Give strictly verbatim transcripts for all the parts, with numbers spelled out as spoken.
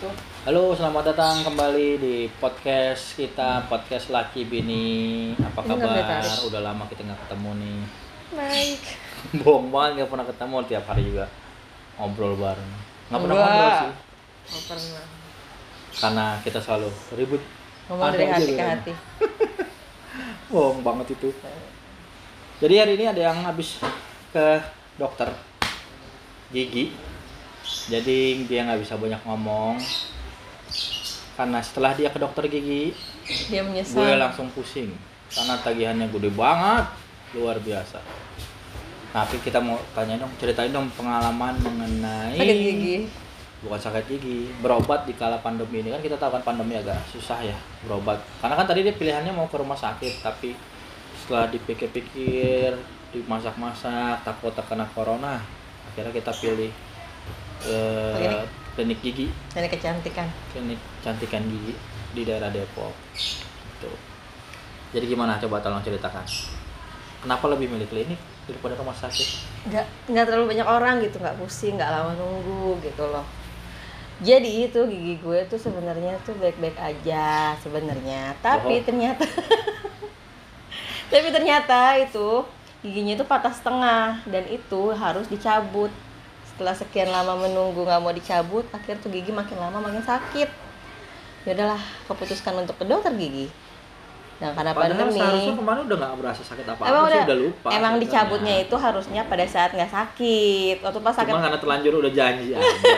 itu. Halo, selamat datang kembali di podcast kita, podcast Laki Bini. Apa Ini nggak kabar? boleh tarik. Udah lama kita nggak ketemu nih. Baik. Bohong banget, nggak pernah ketemu, tiap hari juga ngobrol bareng. Nggak pernah Enggak. ngobrol sih, Oh, pernah. karena kita selalu ribut. Ngomong Ada dari aja hati ke bedanya. hati. Bohong banget itu. Jadi hari ini ada yang habis ke dokter gigi. Jadi dia nggak bisa banyak ngomong. Karena setelah dia ke dokter gigi, Dia menyesal. gue langsung pusing. Karena tagihannya gede banget, luar biasa. Tapi kita mau tanya dong, ceritain dong pengalaman mengenai Sakit gigi. bukan sakit gigi, berobat di kala pandemi ini. Kan kita tahu kan pandemi agak susah ya berobat. Karena kan tadi dia pilihannya mau ke rumah sakit, tapi setelah dipikir-pikir, dimasak-masak, takut terkena corona, akhirnya kita pilih eh, klinik gigi, Ini kecantikan. klinik cantikan gigi di daerah Depok. Gitu. Jadi gimana? Coba tolong ceritakan. Kenapa lebih milih klinik daripada rumah sakit? Nggak, nggak terlalu banyak orang gitu, nggak pusing, nggak lama nunggu gitu loh. Jadi itu gigi gue tuh sebenarnya tuh baik-baik aja sebenarnya, tapi Bohong. ternyata tapi ternyata itu giginya itu patah setengah dan itu harus dicabut. Setelah sekian lama menunggu nggak mau dicabut, akhirnya tuh gigi makin lama makin sakit. Ya udahlah, keputuskan untuk ke dokter gigi. Dan karena Padahal pandemi, seharusnya kemarin udah nggak berasa sakit apa-apa emang sih, udah, udah lupa. emang sebenarnya. dicabutnya itu harusnya pada saat nggak sakit. Waktu pas sakit, Cuma karena terlanjur udah janji aja.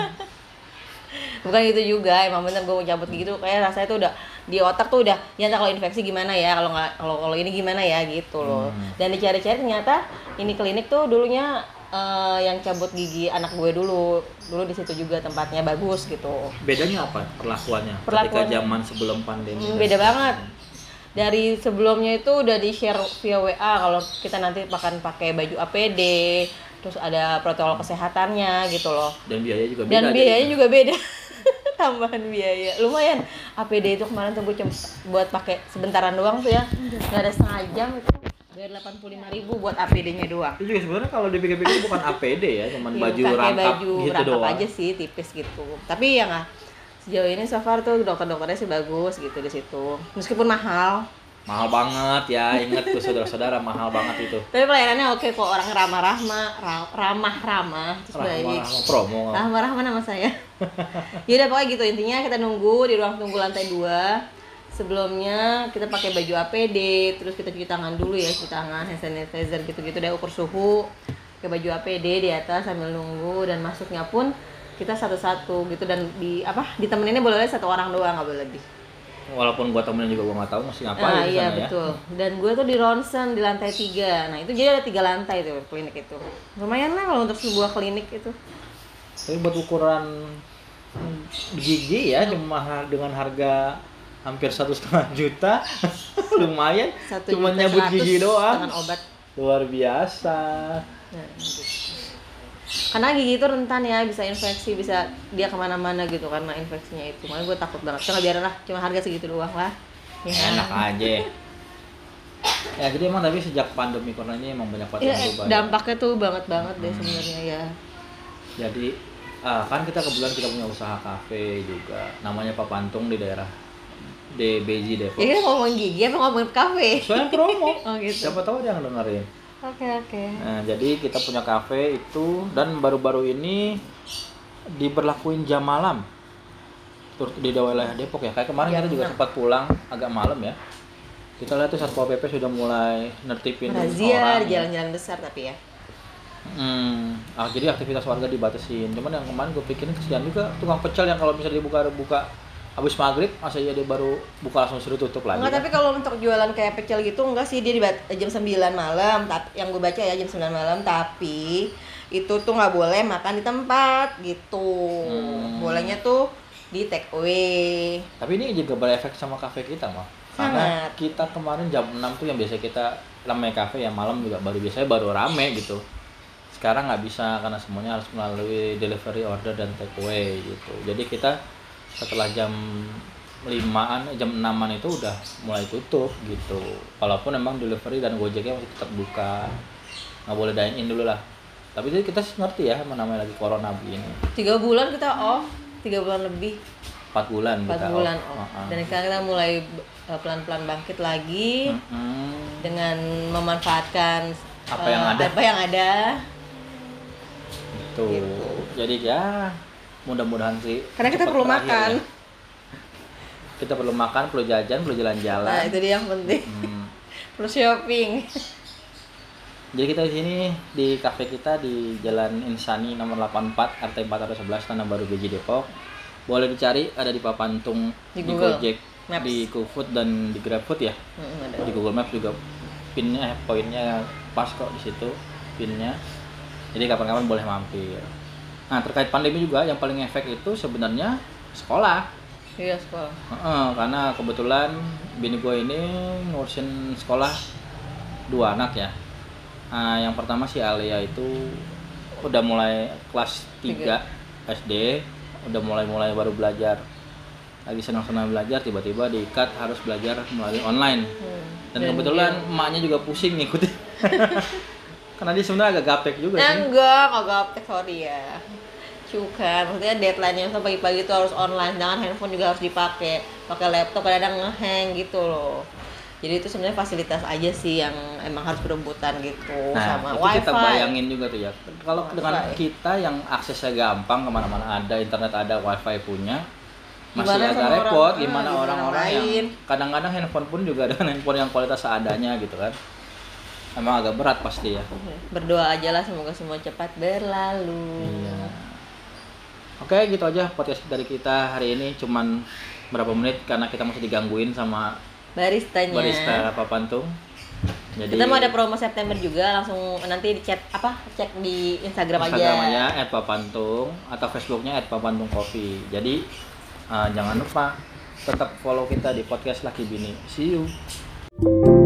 bukan gitu juga. Emang bener gue mau cabut gigi tuh kayak rasanya tuh udah di otak tuh udah, ya entah kalau infeksi gimana ya, kalau nggak kalau kalau ini gimana ya gitu loh. Hmm. Dan dicari-cari ternyata ini klinik tuh dulunya eh, yang cabut gigi anak gue dulu, dulu di situ juga tempatnya bagus gitu. Bedanya apa perlakuannya? Ketika Perlakuan- zaman sebelum pandemi. Hmm, dan beda sekarang? banget. Dari sebelumnya itu udah di share via W A kalau kita nanti akan pakai baju A P D, terus ada protokol kesehatannya gitu loh. Dan biaya juga beda. Dan biayanya jadinya. juga beda. Tambahan biaya lumayan. A P D itu kemarin tuh gue cuma buat pakai sebentaran doang tuh ya, nggak ada setengah jam itu bayar delapan puluh lima ribu buat A P D-nya doang. Itu juga sebenarnya kalau dipikir-pikir bukan A P D ya, cuman Iya, baju pakai rangkap baju gitu rangkap doang. aja sih, tipis gitu. Tapi ya nggak, sejauh ini so far tuh dokter-dokternya sih bagus gitu di situ, meskipun mahal. Mahal banget ya, inget tuh saudara-saudara, mahal banget itu. Tapi pelayanannya oke kok, orang ramah-ramah, ra- ramah-ramah, terus baik. Rahma-rahma promo. Rahma-rahma nama saya. Yaudah pokoknya gitu, intinya kita nunggu di ruang tunggu lantai dua. Sebelumnya kita pakai baju A P D, terus kita cuci tangan dulu ya, cuci tangan, hand sanitizer gitu-gitu deh, ukur suhu. Pakai baju A P D di atas sambil nunggu, dan masuknya pun kita satu-satu gitu, dan di apa ditemeninnya boleh satu orang doang, nggak boleh lebih. Walaupun gua temennya juga gua nggak tahu masih ngapain Nah di iya sana ya. betul. Dan gue tuh di ronsen di lantai tiga. Nah itu jadi ada tiga lantai tuh klinik itu. Lumayan lah kalau untuk sebuah klinik itu. Tapi buat ukuran gigi ya, cuma har- dengan harga hampir satu setengah juta, lumayan. Satu Cuma juta nyabut seratus gigi doang. dengan obat. Luar biasa. Nah, gitu. Karena gigi itu rentan ya, bisa infeksi, bisa dia kemana-mana gitu karena infeksinya itu. Makanya gue takut banget. Cuma biarin lah, cuma harga segitu doang lah. Ya. Enak aja. Ya jadi emang tapi sejak pandemi corona ini emang banyak banget Ya, yang berubah. ya. dampaknya tuh banget banget deh Hmm. sebenarnya ya. Jadi ah, kan kita kebetulan kita punya usaha kafe juga, namanya Papantung di daerah D B J Depok. Ya kita ngomongin gigi apa ngomongin kafe? Soalnya promo. Oh gitu. Siapa tahu dia yang dengerin. Oke oke. Nah, jadi kita punya kafe itu, dan baru-baru ini diberlakuin jam malam tur di wilayah Depok ya. Kayak kemarin Jam kita juga enam. sempat pulang agak malam ya. Kita lihat tuh Satpol P P sudah mulai nertipin Razia orang. di jalan-jalan besar tapi ya. Hmm, ah, jadi aktivitas warga dibatasin. Cuman yang kemarin gue pikirin kesian juga tukang pecel yang kalau misalnya dibuka-buka habis maghrib, masa iya dia baru buka langsung suruh tutup lagi. Enggak, kan? tapi kalau untuk jualan kayak pecel gitu enggak sih, dia di bat- jam sembilan malam, tapi yang gue baca ya jam sembilan malam, tapi itu tuh nggak boleh makan di tempat gitu. Hmm. Bolehnya tuh di take away. Tapi ini juga berefek sama kafe kita mah. Karena Sangat. kita kemarin jam enam tuh yang biasa kita ramai kafe, yang malam juga baru biasanya baru rame gitu. Sekarang nggak bisa karena semuanya harus melalui delivery order dan take away gitu. Jadi kita setelah jam limaan, jam enaman itu udah mulai tutup gitu. Walaupun memang delivery dan Gojeknya masih tetap buka. Nggak boleh dine in dulu lah. Tapi jadi kita sih ngerti ya, namanya lagi corona begini. Tiga bulan kita off. tiga bulan lebih. empat bulan empat kita bulan off. off. Uh-uh. Dan sekarang kita mulai uh, pelan-pelan bangkit lagi Mm-mm. dengan memanfaatkan Apa uh, yang ada. apa yang ada. Tuh. Gitu. Jadi ya mudah-mudahan sih. Karena kita cepat perlu berakhir makan. ya. Kita perlu makan, perlu jajan, perlu jalan-jalan. Nah, itu dia yang penting. Hmm. Perlu shopping. Jadi kita di sini di kafe kita di Jalan Insani nomor delapan puluh empat R T empat ratus sebelas Tanah Baru B J Depok. Boleh dicari ada di Papantung, Di di, Google Gojek, Maps. di GoFood dan di GrabFood ya. Mm, ada. Di Google Maps juga pinnya, poinnya pas kok di situ pinnya. Jadi kapan-kapan boleh mampir. Nah terkait pandemi juga yang paling efek itu sebenarnya sekolah. Iya, sekolah. Heeh, karena kebetulan bini gue ini ngurusin sekolah dua anak ya. Nah, yang pertama si Alia itu udah mulai kelas tiga S D, udah mulai-mulai baru belajar. Lagi senang-senang belajar, tiba-tiba diikat harus belajar melalui online. Hmm. Dan, kebetulan emaknya juga pusing ngikutin. Karena dia sebenarnya agak gaptek juga Eh, sih. enggak, kagak update, sorry ya. Cukan, maksudnya deadline-nya tuh pagi-pagi tuh harus online, jangan handphone juga harus dipakai, pakai laptop kadang-kadang ngehang gitu loh. Jadi itu sebenarnya fasilitas aja sih yang emang harus berebutan gitu Nah, sama itu wifi. kita bayangin juga tuh ya. Kalau Wifi. dengan kita yang aksesnya gampang, kemana-mana ada, internet ada, wifi punya, masih Gimana agak sama repot. orang- ah, Gimana gimana orang-orang yang lain? kadang-kadang handphone pun juga dengan handphone yang kualitas seadanya gitu kan. Emang agak berat pasti ya. Berdoa aja lah semoga semua cepat berlalu. Iya. Oke, gitu aja podcast dari kita hari ini. Cuman berapa menit karena kita masih digangguin sama Baristanya. barista Papantung. Jadi Kita mau ada promo September juga, langsung nanti di chat apa cek di Instagram, Instagramnya aja. et papantung atau Facebooknya et papantung coffee. Jadi uh, jangan lupa tetap follow kita di podcast Laki Bini. See you.